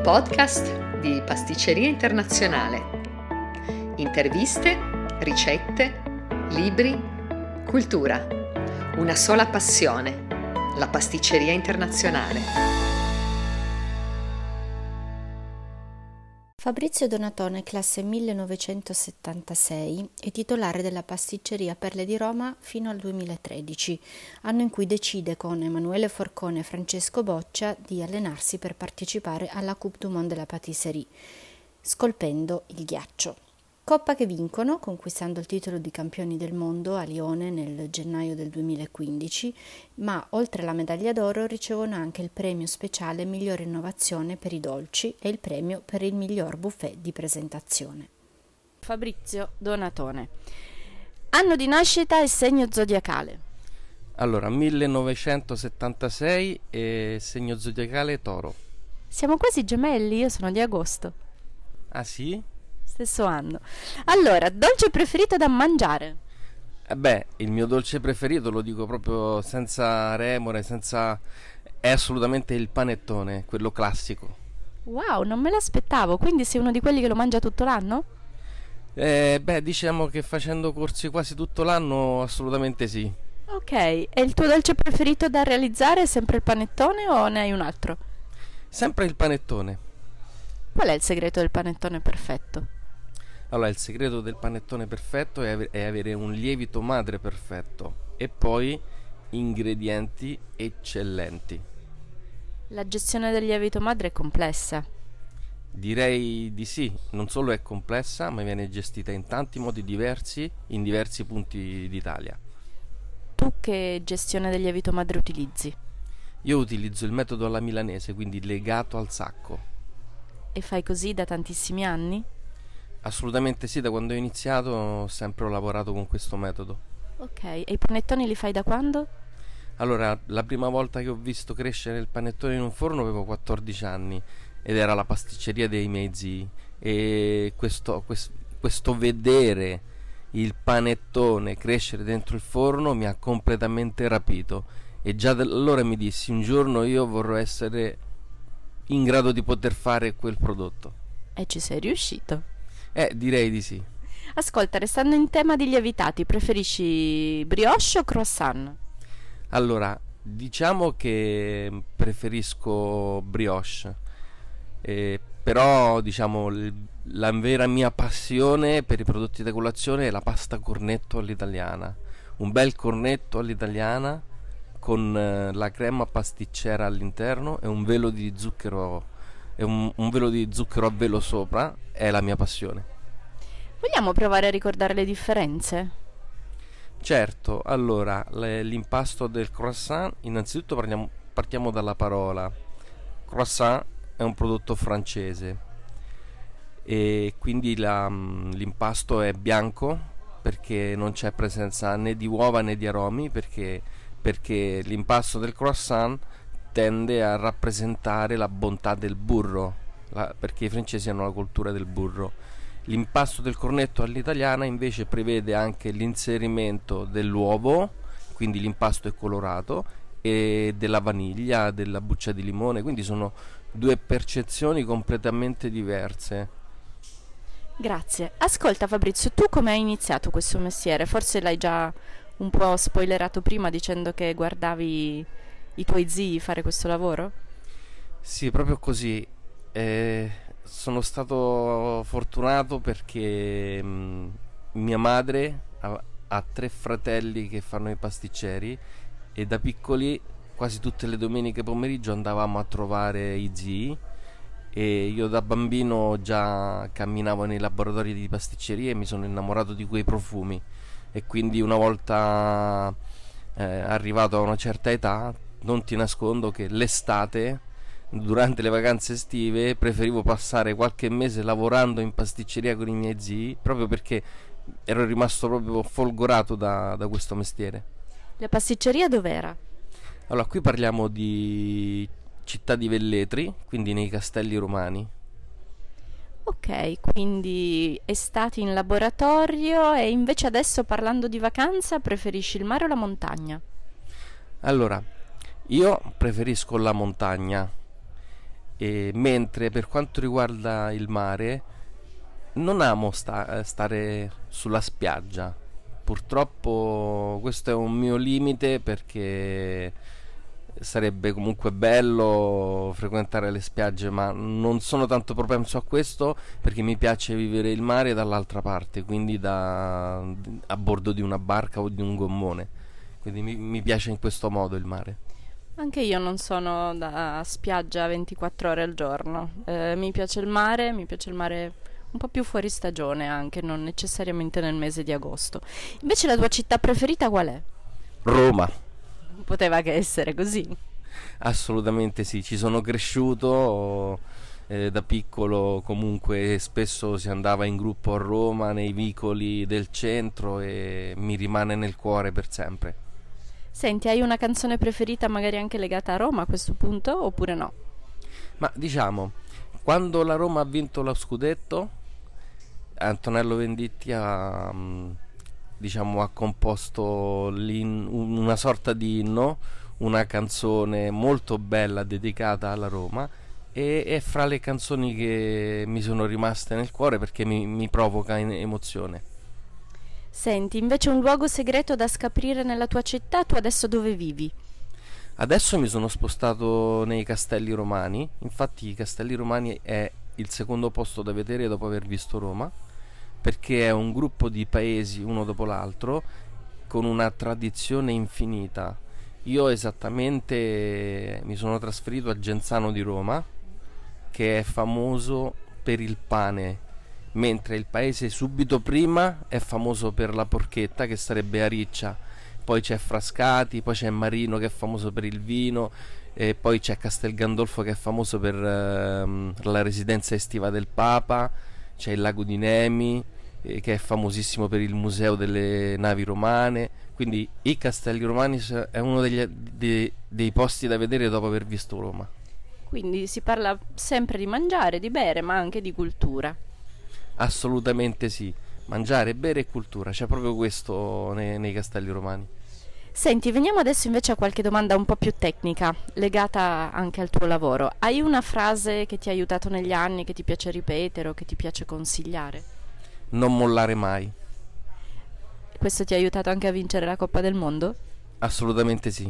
podcast di Pasticceria Internazionale. Interviste, ricette, libri, cultura. Una sola passione, la Pasticceria Internazionale. Fabrizio Donatone, classe 1976, è titolare della Pasticceria Perle di Roma fino al 2013, anno in cui decide con Emanuele Forcone e Francesco Boccia di allenarsi per partecipare alla Coupe du Monde de la Pâtisserie, scolpendo il ghiaccio. Coppa che vincono, conquistando il titolo di campioni del mondo a Lione nel gennaio del 2015, ma oltre alla medaglia d'oro ricevono anche il premio speciale Migliore innovazione per i dolci e il premio per il miglior buffet di presentazione. Fabrizio Donatone. Anno di nascita e segno zodiacale. Allora, 1976 e segno zodiacale Toro. Siamo quasi gemelli, io sono di agosto. Ah sì? Stesso anno. Allora, dolce preferito da mangiare? Il mio dolce preferito, lo dico proprio senza remore, è assolutamente il panettone, quello classico. Wow, non me l'aspettavo, quindi sei uno di quelli che lo mangia tutto l'anno? Diciamo che facendo corsi quasi tutto l'anno assolutamente sì. Ok, e il tuo dolce preferito da realizzare è sempre il panettone o ne hai un altro? Sempre il panettone. Qual è il segreto del panettone perfetto? Allora, il segreto del panettone perfetto è avere un lievito madre perfetto e poi ingredienti eccellenti. La gestione del lievito madre è complessa. Direi di sì, non solo è complessa, ma viene gestita in tanti modi diversi, in diversi punti d'Italia. Tu che gestione del lievito madre utilizzi? Io utilizzo il metodo alla milanese, quindi legato al sacco. E fai così da tantissimi anni? Assolutamente sì, da quando ho iniziato ho sempre lavorato con questo metodo. Ok, e i panettoni li fai da quando? Allora, la prima volta che ho visto crescere il panettone in un forno avevo 14 anni ed era la pasticceria dei miei zii e questo vedere il panettone crescere dentro il forno mi ha completamente rapito e già da allora mi dissi un giorno io vorrò essere in grado di poter fare quel prodotto. E ci sei riuscito? Direi di sì. Ascolta, restando in tema di lievitati, preferisci brioche o croissant? Allora, diciamo che preferisco brioche, però diciamo la vera mia passione per i prodotti da colazione è la pasta cornetto all'italiana. Un bel cornetto all'italiana con la crema pasticcera all'interno e un velo di zucchero e un velo di zucchero a velo sopra è la mia passione. Vogliamo provare a ricordare le differenze? Certo, allora l'impasto del croissant, innanzitutto partiamo dalla parola. Croissant è un prodotto francese e quindi l'impasto è bianco perché non c'è presenza né di uova né di aromi perché l'impasto del croissant tende a rappresentare la bontà del burro, perché i francesi hanno la cultura del burro. L'impasto del cornetto all'italiana invece prevede anche l'inserimento dell'uovo, quindi l'impasto è colorato, e della vaniglia, della buccia di limone, quindi sono due percezioni completamente diverse. Grazie. Ascolta Fabrizio, tu come hai iniziato questo mestiere? Forse l'hai già un po' spoilerato prima dicendo che guardavi i tuoi zii fare questo lavoro? Sì, proprio così. Sono stato fortunato perché mia madre ha 3 fratelli che fanno i pasticceri e da piccoli quasi tutte le domeniche pomeriggio andavamo a trovare i zii e io da bambino già camminavo nei laboratori di pasticceria e mi sono innamorato di quei profumi e quindi una volta arrivato a una certa età non ti nascondo che l'estate, durante le vacanze estive, preferivo passare qualche mese lavorando in pasticceria con i miei zii proprio perché ero rimasto proprio folgorato da questo mestiere. La pasticceria dov'era? Allora, qui parliamo di città di Velletri, quindi nei Castelli Romani. Ok, quindi estati in laboratorio e invece adesso parlando di vacanza preferisci il mare o la montagna? Allora, io preferisco la montagna E mentre per quanto riguarda il mare, non amo stare sulla spiaggia. Purtroppo questo è un mio limite, perché sarebbe comunque bello frequentare le spiagge, ma non sono tanto propenso a questo, perché mi piace vivere il mare dall'altra parte, quindi a bordo di una barca o di un gommone. Quindi mi piace in questo modo il mare. Anche io non sono da spiaggia 24 ore al giorno. Mi piace il mare un po' più fuori stagione anche, non necessariamente nel mese di agosto. Invece la tua città preferita qual è? Roma. Poteva che essere così. Assolutamente sì, ci sono cresciuto, da piccolo comunque spesso si andava in gruppo a Roma, nei vicoli del centro, e mi rimane nel cuore per sempre. Senti, hai una canzone preferita magari anche legata a Roma a questo punto, oppure no? Ma diciamo, quando la Roma ha vinto lo scudetto, Antonello Venditti ha composto una sorta di inno, una canzone molto bella dedicata alla Roma, e è fra le canzoni che mi sono rimaste nel cuore, perché mi provoca emozione. Senti, invece un luogo segreto da scoprire nella tua città, tu adesso dove vivi? Adesso mi sono spostato nei Castelli Romani. Infatti i Castelli Romani è il secondo posto da vedere dopo aver visto Roma, perché è un gruppo di paesi uno dopo l'altro con una tradizione infinita. Io esattamente mi sono trasferito a Genzano di Roma, che è famoso per il pane, mentre il paese subito prima è famoso per la porchetta, che sarebbe a Riccia. Poi c'è Frascati, poi c'è Marino, che è famoso per il vino, e poi c'è Castel Gandolfo, che è famoso per la residenza estiva del Papa. C'è il lago di Nemi, che è famosissimo per il museo delle navi romane. Quindi i Castelli Romani è uno dei posti da vedere dopo aver visto Roma. Quindi si parla sempre di mangiare, di bere, ma anche di cultura. Assolutamente sì, mangiare, bere e cultura, c'è proprio questo nei Castelli Romani. Senti, veniamo adesso invece a qualche domanda un po' più tecnica, legata anche al tuo lavoro. Hai una frase che ti ha aiutato negli anni, che ti piace ripetere o che ti piace consigliare? Non mollare mai. Questo ti ha aiutato anche a vincere la Coppa del Mondo? Assolutamente sì.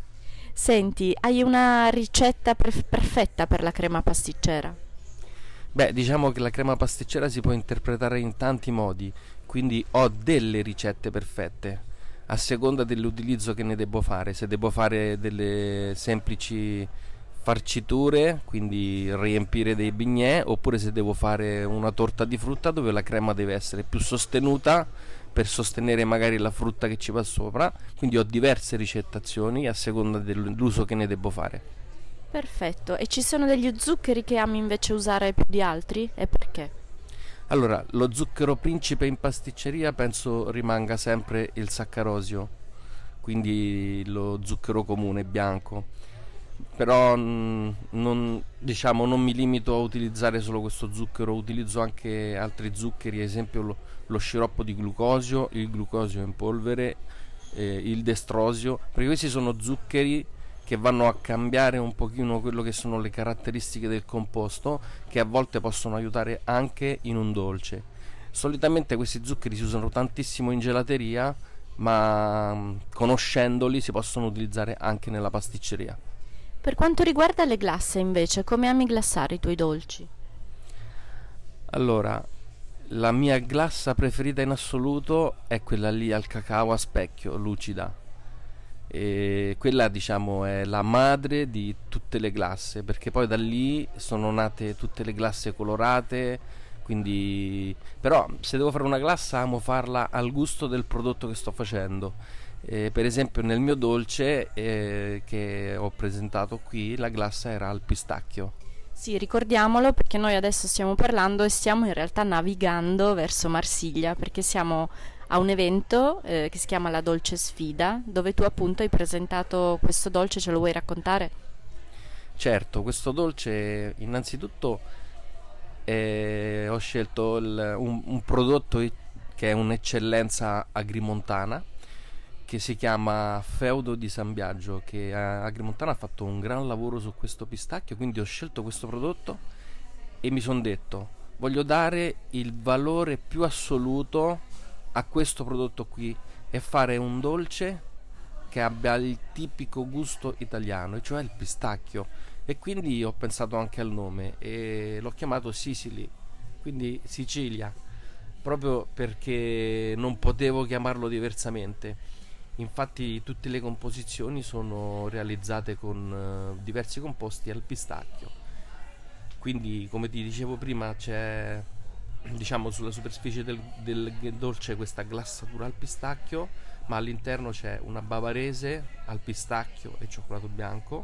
Senti, hai una ricetta perfetta per la crema pasticcera? Beh, diciamo che la crema pasticcera si può interpretare in tanti modi, quindi ho delle ricette perfette, a seconda dell'utilizzo che ne devo fare. Se devo fare delle semplici farciture, quindi riempire dei bignè, oppure se devo fare una torta di frutta dove la crema deve essere più sostenuta per sostenere magari la frutta che ci va sopra. Quindi ho diverse ricettazioni a seconda dell'uso che ne devo fare. Perfetto, e ci sono degli zuccheri che ami invece usare più di altri? E perché? Allora, lo zucchero principe in pasticceria penso rimanga sempre il saccarosio, quindi lo zucchero comune bianco. Però non mi limito a utilizzare solo questo zucchero, utilizzo anche altri zuccheri, ad esempio lo sciroppo di glucosio, il glucosio in polvere, il destrosio, perché questi sono zuccheri che vanno a cambiare un pochino quello che sono le caratteristiche del composto, che a volte possono aiutare anche in un dolce. Solitamente questi zuccheri si usano tantissimo in gelateria, ma conoscendoli si possono utilizzare anche nella pasticceria. Per quanto riguarda le glasse invece, come ami glassare i tuoi dolci? Allora, la mia glassa preferita in assoluto è quella lì al cacao a specchio, lucida. E quella è la madre di tutte le glasse, perché poi da lì sono nate tutte le glasse colorate. Quindi, però, se devo fare una glassa amo farla al gusto del prodotto che sto facendo. Per esempio nel mio dolce che ho presentato qui, la glassa era al pistacchio. Sì, ricordiamolo, perché noi adesso stiamo parlando e stiamo in realtà navigando verso Marsiglia, perché siamo a un evento che si chiama La Dolce Sfida, dove tu appunto hai presentato questo dolce. Ce lo vuoi raccontare? Certo, questo dolce innanzitutto ho scelto un prodotto che è un'eccellenza agrimontana, che si chiama Feudo di San Biagio, che Agrimontana ha fatto un gran lavoro su questo pistacchio, quindi ho scelto questo prodotto e mi sono detto voglio dare il valore più assoluto a questo prodotto qui e fare un dolce che abbia il tipico gusto italiano, e cioè il pistacchio, e quindi ho pensato anche al nome e l'ho chiamato Sicily, quindi Sicilia, proprio perché non potevo chiamarlo diversamente. Infatti tutte le composizioni sono realizzate con diversi composti al pistacchio. Quindi, come ti dicevo prima, c'è, diciamo, sulla superficie del dolce questa glassatura al pistacchio, ma all'interno c'è una bavarese al pistacchio e cioccolato bianco.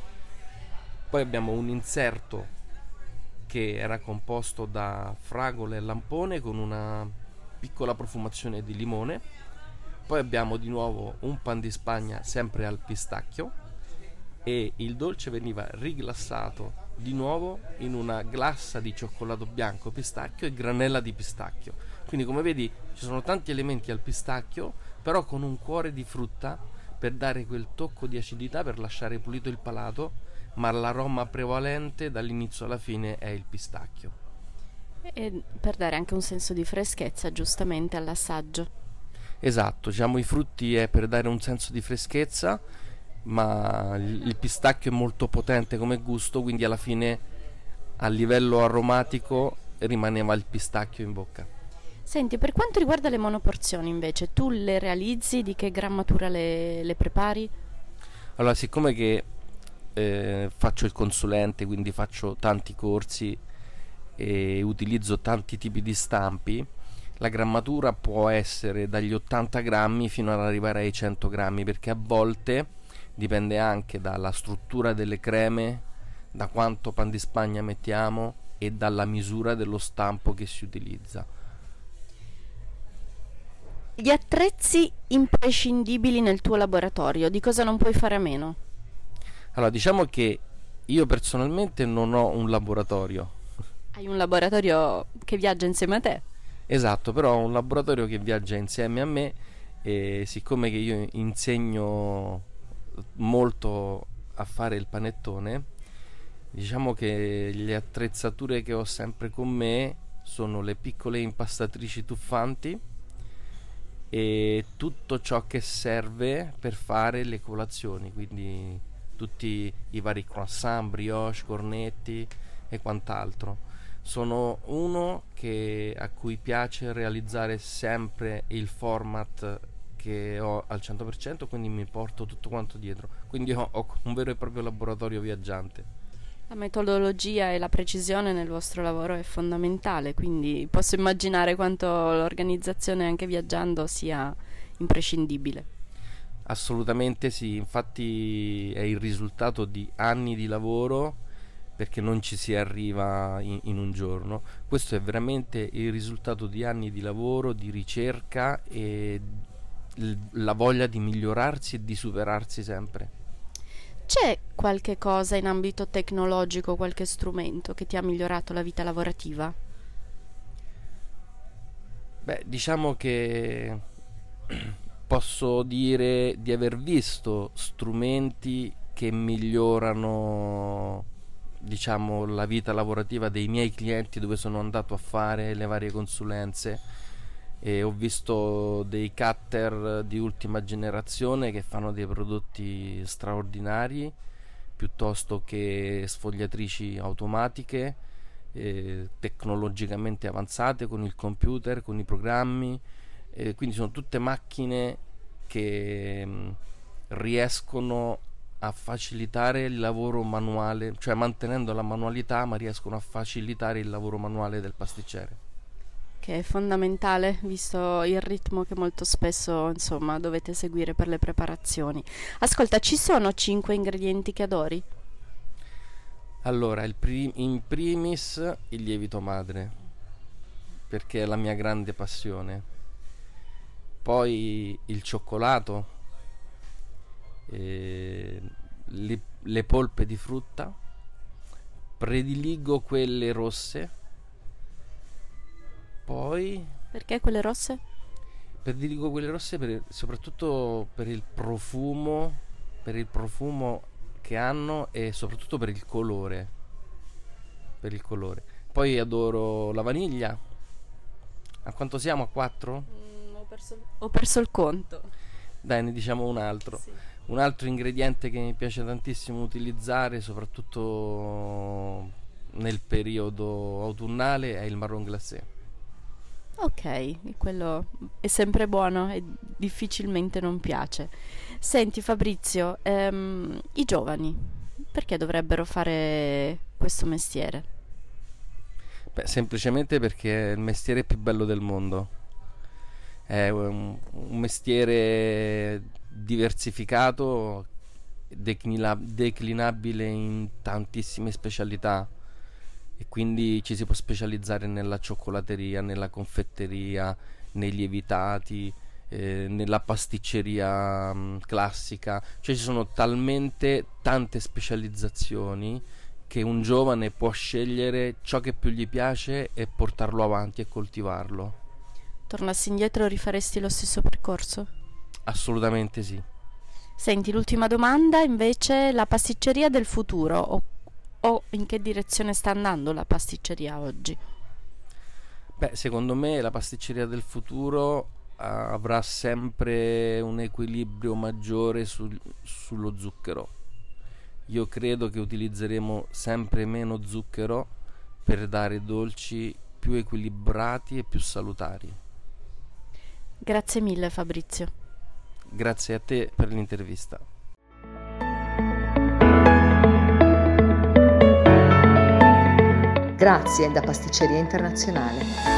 Poi abbiamo un inserto che era composto da fragole e lampone con una piccola profumazione di limone. Poi abbiamo di nuovo un pan di Spagna sempre al pistacchio, e il dolce veniva riglassato di nuovo in una glassa di cioccolato bianco, pistacchio e granella di pistacchio. Quindi, come vedi, ci sono tanti elementi al pistacchio, però con un cuore di frutta per dare quel tocco di acidità, per lasciare pulito il palato, ma l'aroma prevalente dall'inizio alla fine è il pistacchio. E per dare anche un senso di freschezza, giustamente, all'assaggio. Esatto, diciamo i frutti è per dare un senso di freschezza, ma il pistacchio è molto potente come gusto, quindi alla fine a livello aromatico rimaneva il pistacchio in bocca. Senti, per quanto riguarda le monoporzioni invece, tu le realizzi? Di che grammatura le prepari? Allora, siccome che faccio il consulente, quindi faccio tanti corsi e utilizzo tanti tipi di stampi, la grammatura può essere dagli 80 grammi fino ad arrivare ai 100 grammi, perché a volte dipende anche dalla struttura delle creme, da quanto pan di Spagna mettiamo e dalla misura dello stampo che si utilizza. Gli attrezzi imprescindibili nel tuo laboratorio, di cosa non puoi fare a meno? Allora, diciamo che io personalmente non ho un laboratorio. Hai un laboratorio che viaggia insieme a te? Esatto, però ho un laboratorio che viaggia insieme a me, e siccome che io insegno molto a fare il panettone, diciamo che le attrezzature che ho sempre con me sono le piccole impastatrici tuffanti e tutto ciò che serve per fare le colazioni, quindi tutti i vari croissant, brioche, cornetti e quant'altro. Sono uno a cui piace realizzare sempre il format che ho al 100%, quindi mi porto tutto quanto dietro. Quindi ho un vero e proprio laboratorio viaggiante. La metodologia e la precisione nel vostro lavoro è fondamentale, quindi posso immaginare quanto l'organizzazione anche viaggiando sia imprescindibile. Assolutamente sì, infatti è il risultato di anni di lavoro, perché non ci si arriva in un giorno. Questo è veramente il risultato di anni di lavoro, di ricerca e la voglia di migliorarsi e di superarsi sempre. C'è qualche cosa in ambito tecnologico, qualche strumento che ti ha migliorato la vita lavorativa? Beh, diciamo che posso dire di aver visto strumenti che migliorano, diciamo, la vita lavorativa dei miei clienti dove sono andato a fare le varie consulenze, e ho visto dei cutter di ultima generazione che fanno dei prodotti straordinari, piuttosto che sfogliatrici automatiche tecnologicamente avanzate con il computer, con i programmi, quindi sono tutte macchine che riescono a facilitare il lavoro manuale, cioè mantenendo la manualità, ma riescono a facilitare il lavoro manuale del pasticcere, che è fondamentale visto il ritmo che molto spesso, insomma, dovete seguire per le preparazioni. Ascolta, ci sono 5 ingredienti che adori? Allora, in primis il lievito madre, perché è la mia grande passione. Poi il cioccolato, le polpe di frutta, prediligo quelle rosse. Poi perché quelle rosse? Prediligo quelle rosse soprattutto per il profumo che hanno e soprattutto per il colore. Poi adoro la vaniglia. A quanto siamo? A 4? Ho perso il conto. Dai, ne diciamo un altro. Sì. Un altro ingrediente che mi piace tantissimo utilizzare, soprattutto nel periodo autunnale, è il marron glacé. Ok, quello è sempre buono e difficilmente non piace. Senti Fabrizio, i giovani perché dovrebbero fare questo mestiere? Beh, semplicemente perché è il mestiere più bello del mondo. È un mestiere diversificato, declinabile in tantissime specialità, e quindi ci si può specializzare nella cioccolateria, nella confetteria, nei lievitati, nella pasticceria classica. Cioè ci sono talmente tante specializzazioni che un giovane può scegliere ciò che più gli piace e portarlo avanti e coltivarlo. Tornassi indietro, rifaresti lo stesso percorso? Assolutamente sì. Senti, l'ultima domanda invece, la pasticceria del futuro o in che direzione sta andando la pasticceria oggi? Beh, secondo me la pasticceria del futuro avrà sempre un equilibrio maggiore sullo zucchero. Io credo che utilizzeremo sempre meno zucchero per dare dolci più equilibrati e più salutari. Grazie mille Fabrizio. Grazie a te per l'intervista. Grazie da Pasticceria Internazionale.